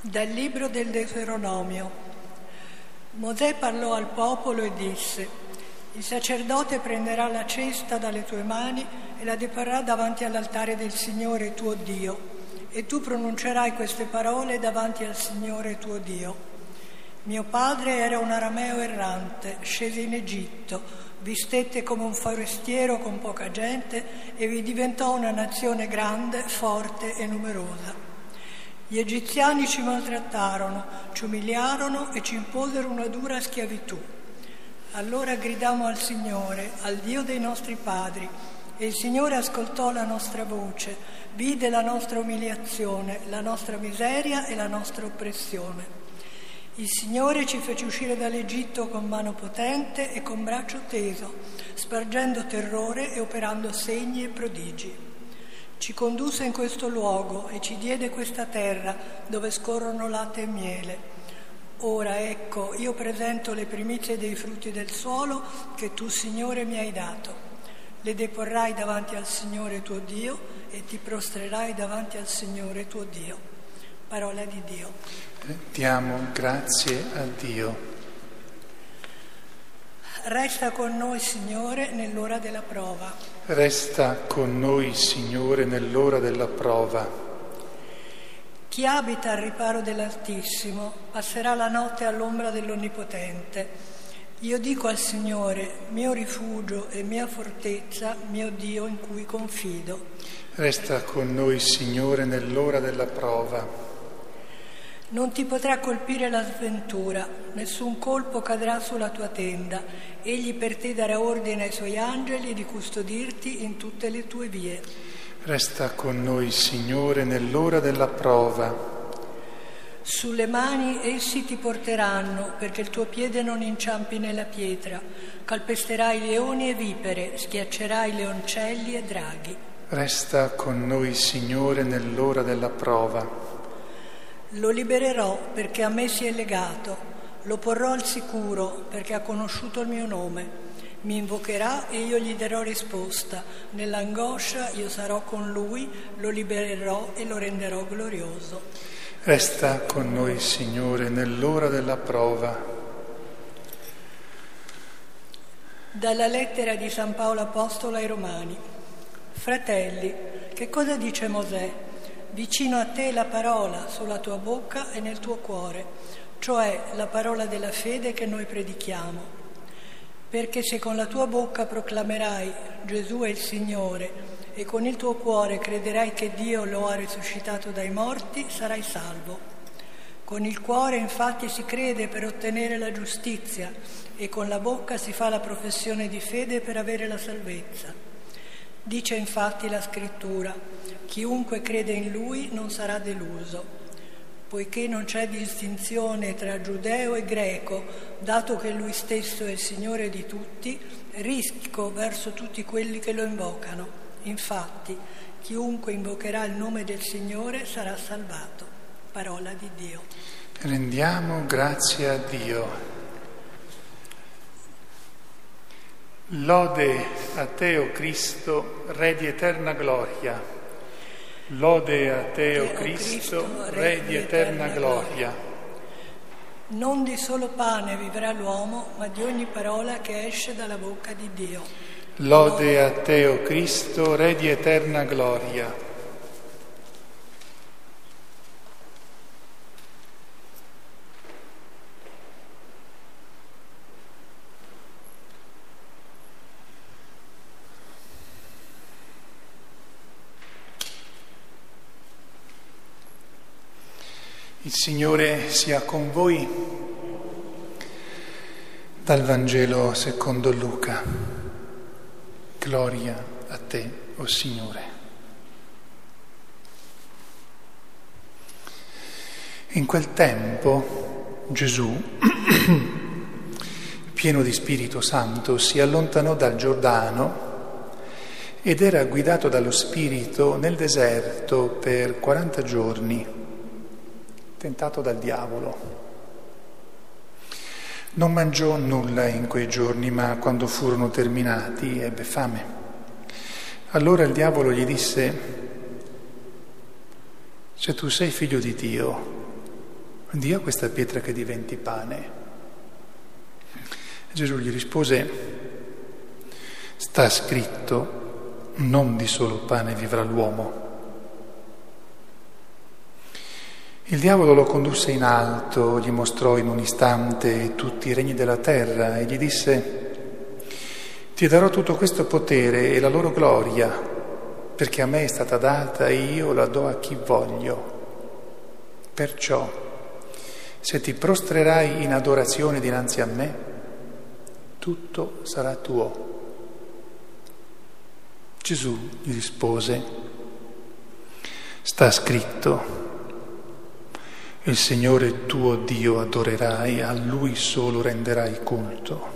Dal libro del Deuteronomio. Mosè parlò al popolo e disse: il sacerdote prenderà la cesta dalle tue mani e la deporrà davanti all'altare del Signore tuo Dio, e tu pronuncerai queste parole davanti al Signore tuo Dio. Mio padre era un arameo errante, scese in Egitto, vi stette come un forestiero con poca gente e vi diventò una nazione grande, forte e numerosa. Gli egiziani ci maltrattarono, ci umiliarono e ci imposero una dura schiavitù. Allora gridammo al Signore, al Dio dei nostri padri, e il Signore ascoltò la nostra voce, vide la nostra umiliazione, la nostra miseria e la nostra oppressione. Il Signore ci fece uscire dall'Egitto con mano potente e con braccio teso, spargendo terrore e operando segni e prodigi. Ci condusse in questo luogo e ci diede questa terra dove scorrono latte e miele. Ora ecco, io presento le primizie dei frutti del suolo che tu, Signore, mi hai dato. Le deporrai davanti al Signore tuo Dio e ti prostrerai davanti al Signore tuo Dio. Parola di Dio. Diamo grazie a Dio. Resta con noi, Signore, nell'ora della prova. Resta con noi, Signore, nell'ora della prova. Chi abita al riparo dell'Altissimo passerà la notte all'ombra dell'Onnipotente. Io dico al Signore, mio rifugio e mia fortezza, mio Dio in cui confido. Resta con noi, Signore, nell'ora della prova. Non ti potrà colpire la sventura, nessun colpo cadrà sulla tua tenda. Egli per te darà ordine ai suoi angeli di custodirti in tutte le tue vie. Resta con noi, Signore, nell'ora della prova. Sulle mani essi ti porteranno, perché il tuo piede non inciampi nella pietra. Calpesterai leoni e vipere, schiaccerai leoncelli e draghi. Resta con noi, Signore, nell'ora della prova. Lo libererò perché a me si è legato, lo porrò al sicuro perché ha conosciuto il mio nome. Mi invocherà e io gli darò risposta. Nell'angoscia io sarò con lui, lo libererò e lo renderò glorioso. Resta con noi, Signore, nell'ora della prova. Dalla lettera di San Paolo Apostolo ai Romani. Fratelli, che cosa dice Mosè? Vicino a te la parola, sulla tua bocca e nel tuo cuore, cioè la parola della fede che noi predichiamo. Perché se con la tua bocca proclamerai Gesù è il Signore e con il tuo cuore crederai che Dio lo ha risuscitato dai morti, sarai salvo. Con il cuore infatti si crede per ottenere la giustizia e con la bocca si fa la professione di fede per avere la salvezza. Dice infatti la Scrittura: chiunque crede in Lui non sarà deluso, poiché non c'è distinzione tra giudeo e greco, dato che Lui stesso è il Signore di tutti, ricco verso tutti quelli che lo invocano. Infatti, chiunque invocherà il nome del Signore sarà salvato. Parola di Dio. Rendiamo grazie a Dio. Lode a te, o Cristo, Re di eterna gloria. Lode a te, o Cristo, Re di eterna gloria. Non di solo pane vivrà l'uomo, ma di ogni parola che esce dalla bocca di Dio. Lode a te, o Cristo, Re di eterna gloria. Il Signore sia con voi. Dal Vangelo secondo Luca. Gloria a te, o Signore. In quel tempo Gesù, pieno di Spirito Santo, si allontanò dal Giordano ed era guidato dallo Spirito nel deserto per 40 giorni. Tentato dal diavolo. Non mangiò nulla in quei giorni, ma quando furono terminati ebbe fame. Allora il diavolo gli disse: se tu sei figlio di Dio, Dio questa pietra che diventi pane. Gesù gli rispose: sta scritto, non di solo pane vivrà l'uomo. Il diavolo lo condusse in alto, gli mostrò in un istante tutti i regni della terra e gli disse: ti darò tutto questo potere e la loro gloria, perché a me è stata data e io la do a chi voglio. Perciò, se ti prostrerai in adorazione dinanzi a me, tutto sarà tuo. Gesù gli rispose: sta scritto, il Signore tuo Dio adorerai, a Lui solo renderai culto.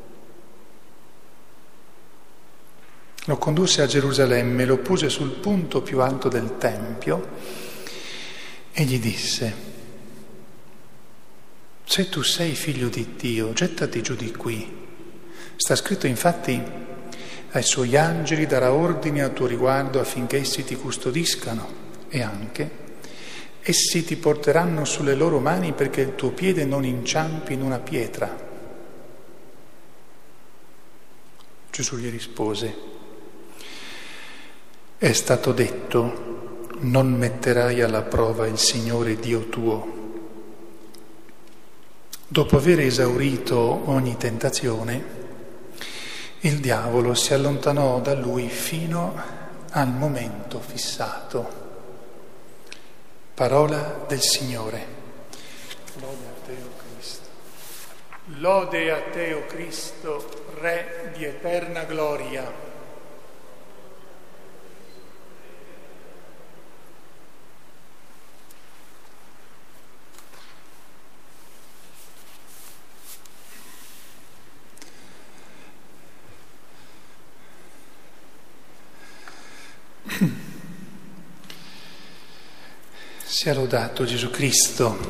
Lo condusse a Gerusalemme, lo pose sul punto più alto del Tempio e gli disse: se tu sei figlio di Dio, gettati giù di qui. Sta scritto infatti: ai suoi angeli darà ordini a tuo riguardo affinché essi ti custodiscano, e anche essi ti porteranno sulle loro mani perché il tuo piede non inciampi in una pietra. Gesù gli rispose: è stato detto, non metterai alla prova il Signore Dio tuo. Dopo aver esaurito ogni tentazione, il diavolo si allontanò da lui fino al momento fissato. Parola del Signore. Lode a te, o Cristo. Lode a te, o Cristo, Re di eterna gloria. Sia lodato Gesù Cristo.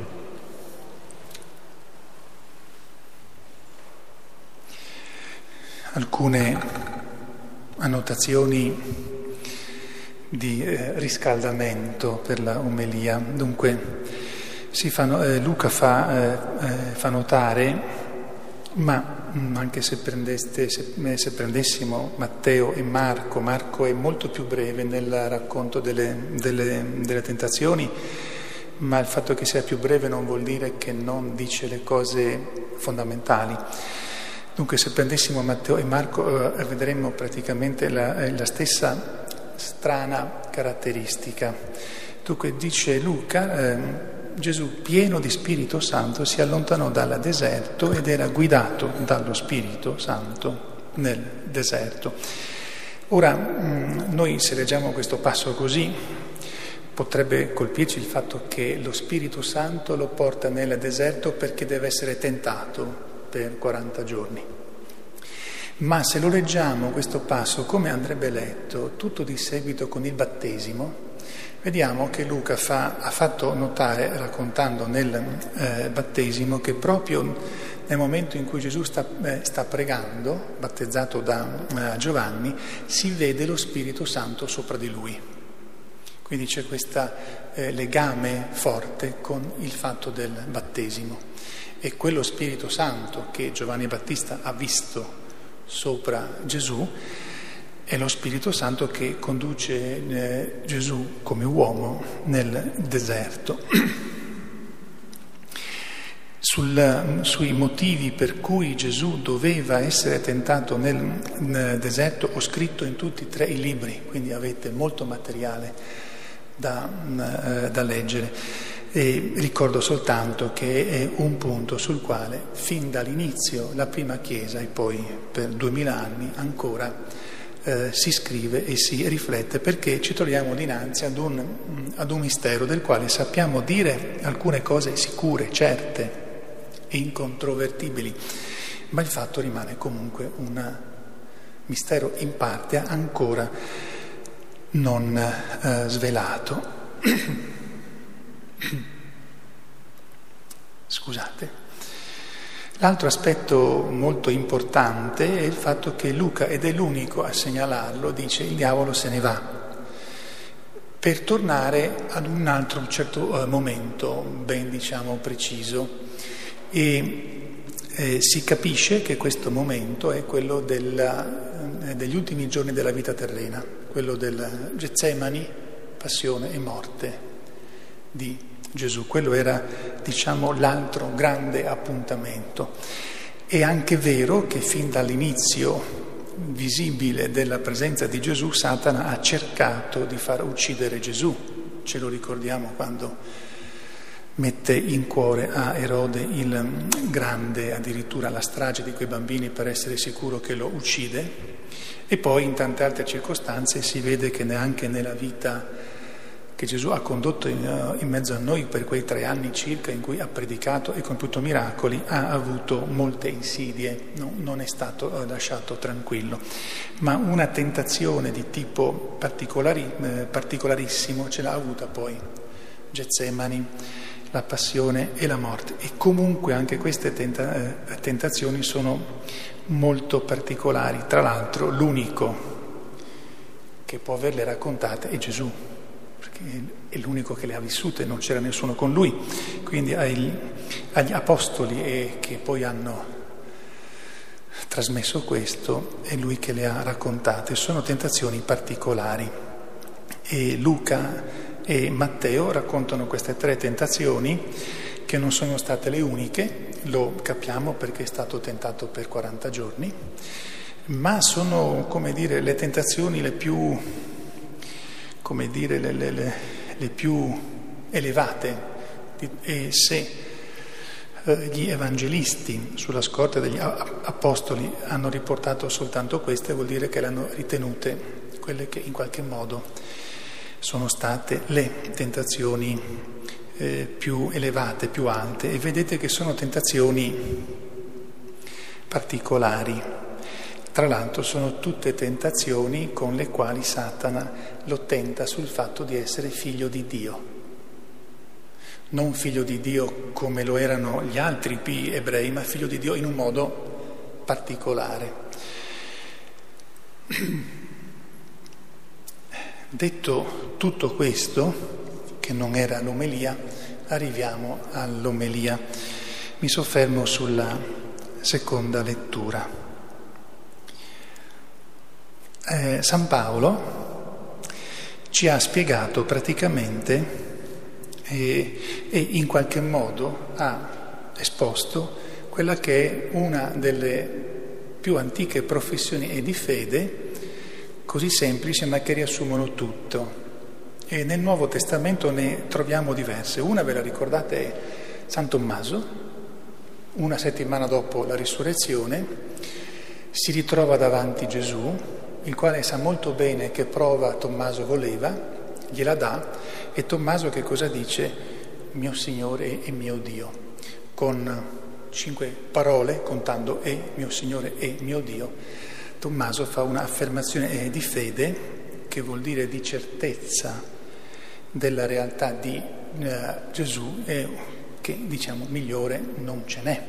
Alcune annotazioni di riscaldamento per la omelia. Dunque, Luca fa notare, ma anche se prendessimo Matteo e Marco è molto più breve nel racconto delle tentazioni, ma il fatto che sia più breve non vuol dire che non dice le cose fondamentali. Dunque, se prendessimo Matteo e Marco vedremmo praticamente la stessa strana caratteristica. Dunque, dice Luca, Gesù, pieno di Spirito Santo, si allontanò dal deserto ed era guidato dallo Spirito Santo nel deserto. Ora, noi se leggiamo questo passo così, potrebbe colpirci il fatto che lo Spirito Santo lo porta nel deserto perché deve essere tentato per 40 giorni. Ma se lo leggiamo questo passo come andrebbe letto, tutto di seguito con il battesimo, vediamo che Luca ha fatto notare, raccontando nel battesimo, che proprio nel momento in cui Gesù sta pregando, battezzato da Giovanni, si vede lo Spirito Santo sopra di lui. Quindi c'è questo legame forte con il fatto del battesimo. E quello Spirito Santo che Giovanni Battista ha visto sopra Gesù è lo Spirito Santo che conduce Gesù come uomo nel deserto. Sui motivi per cui Gesù doveva essere tentato nel deserto ho scritto in tutti e 3 i libri, quindi avete molto materiale da leggere. E ricordo soltanto che è un punto sul quale fin dall'inizio la prima Chiesa e poi per 2000 anni ancora si scrive e si riflette, perché ci troviamo dinanzi ad un mistero del quale sappiamo dire alcune cose sicure, certe e incontrovertibili, ma il fatto rimane comunque un mistero in parte ancora non svelato. Scusate. L'altro aspetto molto importante è il fatto che Luca, ed è l'unico a segnalarlo, dice il diavolo se ne va. per tornare ad un altro certo momento, ben preciso, e si capisce che questo momento è quello degli ultimi giorni della vita terrena, quello del Getsemani, passione e morte di Gesù. Quello era, l'altro grande appuntamento. È anche vero che fin dall'inizio visibile della presenza di Gesù, Satana ha cercato di far uccidere Gesù. Ce lo ricordiamo quando mette in cuore a Erode il Grande addirittura la strage di quei bambini per essere sicuro che lo uccide, e poi in tante altre circostanze si vede che neanche nella vita che Gesù ha condotto in mezzo a noi per quei 3 anni circa in cui ha predicato e compiuto miracoli, ha avuto molte insidie, non è stato lasciato tranquillo. Ma una tentazione di tipo particolarissimo ce l'ha avuta poi, Getsemani, la passione e la morte. E comunque anche queste tentazioni sono molto particolari. Tra l'altro l'unico che può averle raccontate è Gesù, perché è l'unico che le ha vissute, non c'era nessuno con lui. Quindi agli apostoli che poi hanno trasmesso questo, è lui che le ha raccontate. Sono tentazioni particolari e Luca e Matteo raccontano queste 3 tentazioni che non sono state le uniche, lo capiamo perché è stato tentato per 40 giorni, ma sono, le tentazioni le più le più elevate. E se gli evangelisti sulla scorta degli apostoli hanno riportato soltanto queste, vuol dire che le hanno ritenute quelle che in qualche modo sono state le tentazioni più elevate, più alte, e vedete che sono tentazioni particolari. Tra l'altro sono tutte tentazioni con le quali Satana lo tenta sul fatto di essere figlio di Dio. Non figlio di Dio come lo erano gli altri ebrei, ma figlio di Dio in un modo particolare. Detto tutto questo, che non era l'omelia, arriviamo all'omelia. Mi soffermo sulla seconda lettura. San Paolo ci ha spiegato praticamente e in qualche modo ha esposto quella che è una delle più antiche professioni di fede, così semplici ma che riassumono tutto. E nel Nuovo Testamento ne troviamo diverse. Una, ve la ricordate, è San Tommaso. Una settimana dopo la risurrezione si ritrova davanti Gesù, il quale sa molto bene che prova Tommaso voleva, gliela dà, e Tommaso che cosa dice? Mio Signore e mio Dio, con 5 parole, contando e mio Signore e mio Dio. Tommaso fa un'affermazione di fede, che vuol dire di certezza della realtà di Gesù, e che migliore non ce n'è.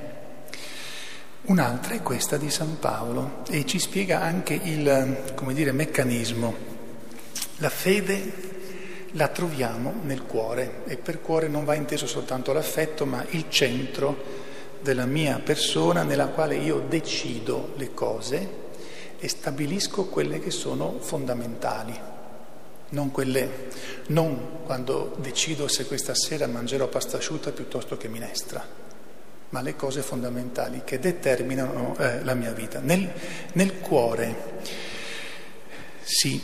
Un'altra è questa di San Paolo, e ci spiega anche il meccanismo. La fede la troviamo nel cuore, e per cuore non va inteso soltanto l'affetto, ma il centro della mia persona, nella quale io decido le cose e stabilisco quelle che sono fondamentali. Non quando decido se questa sera mangerò pasta asciutta piuttosto che minestra, ma le cose fondamentali che determinano la mia vita. Nel cuore si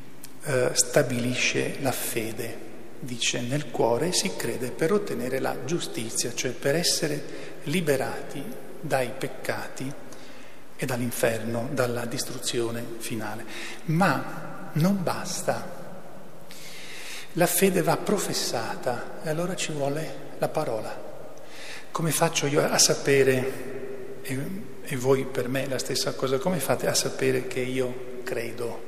stabilisce la fede, dice nel cuore si crede per ottenere la giustizia, cioè per essere liberati dai peccati e dall'inferno, dalla distruzione finale. Ma non basta. La fede va professata e allora ci vuole la parola. Come faccio io a sapere, e voi per me la stessa cosa, come fate a sapere che io credo?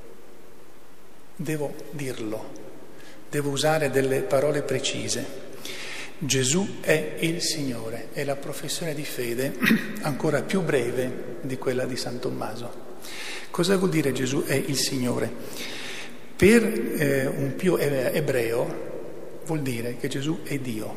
Devo dirlo, devo usare delle parole precise. Gesù è il Signore, è la professione di fede ancora più breve di quella di San Tommaso. Cosa vuol dire Gesù è il Signore? Per un più ebreo vuol dire che Gesù è Dio,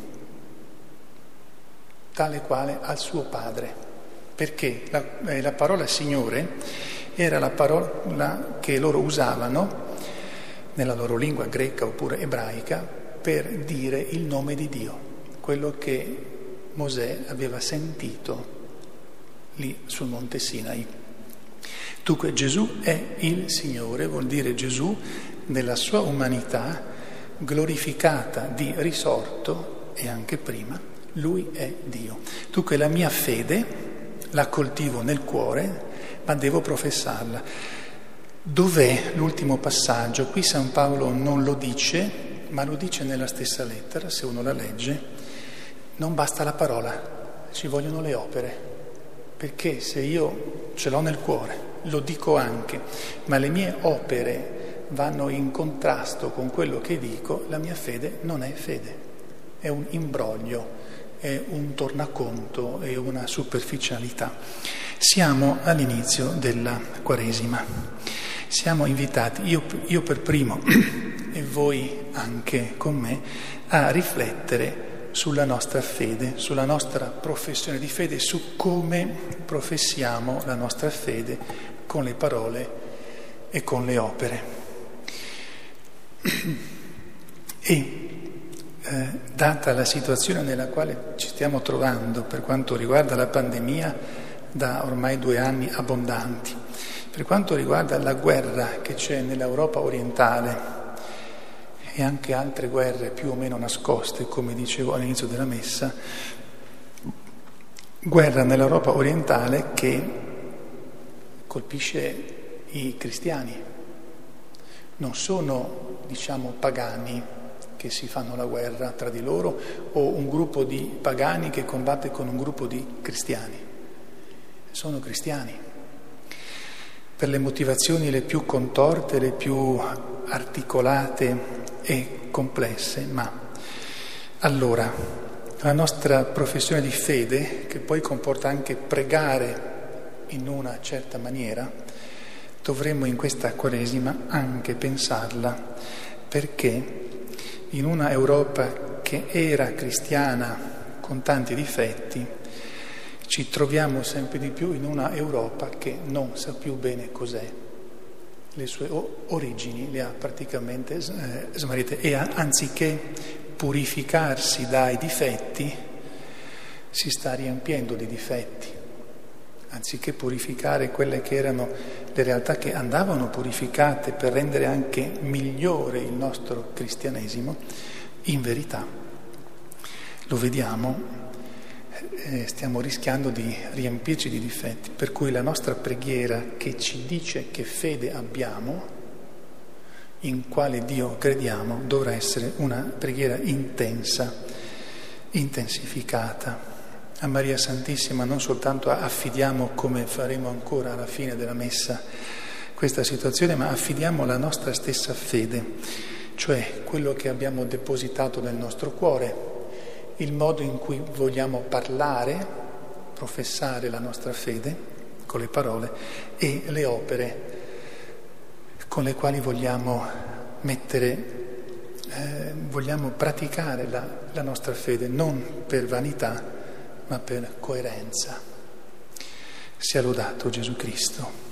tale quale al suo Padre, perché la parola Signore era la parola che loro usavano nella loro lingua greca oppure ebraica per dire il nome di Dio, quello che Mosè aveva sentito lì sul monte Sinai. Dunque Gesù è il Signore, vuol dire Gesù nella sua umanità glorificata di risorto e anche prima, Lui è Dio. Dunque la mia fede la coltivo nel cuore, ma devo professarla. Dov'è l'ultimo passaggio? Qui San Paolo non lo dice, ma lo dice nella stessa lettera, se uno la legge. Non basta la parola, ci vogliono le opere, perché se io ce l'ho nel cuore, lo dico anche, ma le mie opere vanno in contrasto con quello che dico, la mia fede non è fede, è un imbroglio, è un tornaconto, è una superficialità. Siamo all'inizio della Quaresima, siamo invitati, io per primo e voi anche con me, a riflettere sulla nostra fede, sulla nostra professione di fede, su come professiamo la nostra fede con le parole e con le opere. E data la situazione nella quale ci stiamo trovando per quanto riguarda la pandemia da ormai 2 anni abbondanti, per quanto riguarda la guerra che c'è nell'Europa orientale e anche altre guerre più o meno nascoste, come dicevo all'inizio della messa, guerra nell'Europa orientale che colpisce i cristiani. Non sono, pagani che si fanno la guerra tra di loro o un gruppo di pagani che combatte con un gruppo di cristiani. Sono cristiani. Per le motivazioni le più contorte, le più articolate e complesse, ma allora la nostra professione di fede, che poi comporta anche pregare in una certa maniera, dovremmo in questa Quaresima anche pensarla, perché in una Europa che era cristiana con tanti difetti, ci troviamo sempre di più in una Europa che non sa più bene cos'è. Le sue origini le ha praticamente smarrite e anziché purificarsi dai difetti si sta riempiendo di difetti, anziché purificare quelle che erano le realtà che andavano purificate per rendere anche migliore il nostro cristianesimo. In verità lo vediamo, stiamo rischiando di riempirci di difetti, per cui la nostra preghiera che ci dice che fede abbiamo, in quale Dio crediamo, dovrà essere una preghiera intensa, intensificata. A Maria Santissima non soltanto affidiamo, come faremo ancora alla fine della messa, questa situazione, ma affidiamo la nostra stessa fede, cioè quello che abbiamo depositato nel nostro cuore, il modo in cui vogliamo parlare, professare la nostra fede con le parole e le opere con le quali vogliamo vogliamo praticare la nostra fede, non per vanità, ma per coerenza. Sia lodato Gesù Cristo.